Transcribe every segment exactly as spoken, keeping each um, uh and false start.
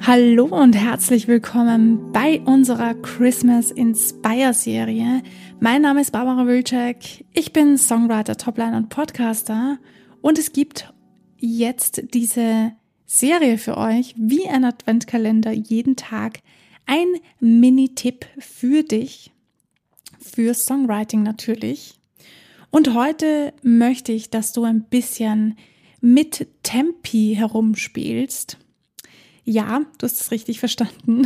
Hallo und herzlich willkommen bei unserer Christmas Inspire Serie. Mein Name ist Barbara Wilczek, ich bin Songwriter, Topliner und Podcaster und es gibt jetzt diese Serie für euch, wie ein Adventkalender, jeden Tag ein Mini-Tipp für dich, für Songwriting natürlich. Und heute möchte ich, dass du ein bisschen mit Tempi herumspielst. Ja, du hast es richtig verstanden.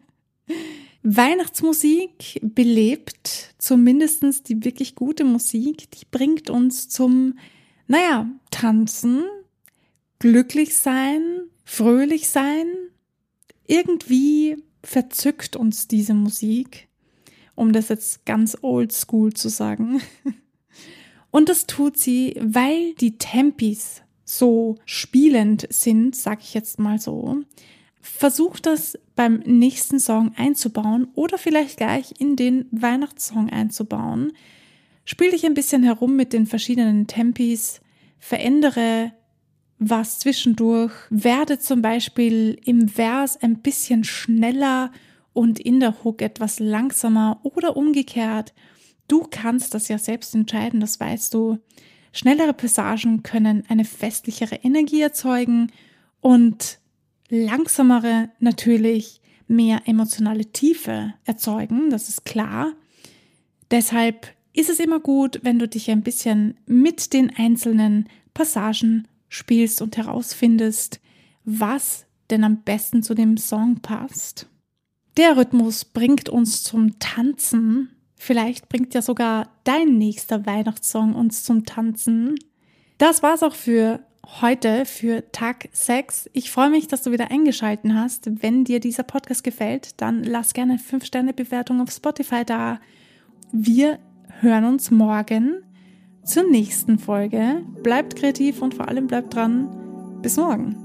Weihnachtsmusik belebt, zumindest die wirklich gute Musik, die bringt uns zum, naja, Tanzen, glücklich sein, fröhlich sein. Irgendwie verzückt uns diese Musik, um das jetzt ganz oldschool zu sagen. Und das tut sie, weil die Tempis so spielend sind, sag ich jetzt mal so. Versuch das beim nächsten Song einzubauen oder vielleicht gleich in den Weihnachtssong einzubauen. Spiel dich ein bisschen herum mit den verschiedenen Tempis, verändere was zwischendurch, werde zum Beispiel im Vers ein bisschen schneller und in der Hook etwas langsamer oder umgekehrt. Du kannst das ja selbst entscheiden, das weißt du. Schnellere Passagen können eine festlichere Energie erzeugen und langsamere natürlich mehr emotionale Tiefe erzeugen, das ist klar. Deshalb ist es immer gut, wenn du dich ein bisschen mit den einzelnen Passagen spielst und herausfindest, was denn am besten zu dem Song passt. Der Rhythmus bringt uns zum Tanzen. Vielleicht bringt ja sogar dein nächster Weihnachtssong uns zum Tanzen. Das war's auch für heute, für Tag sechs. Ich freue mich, dass du wieder eingeschaltet hast. Wenn dir dieser Podcast gefällt, dann lass gerne eine fünf Sterne Bewertung auf Spotify da. Wir hören uns morgen zur nächsten Folge. Bleibt kreativ und vor allem bleibt dran. Bis morgen.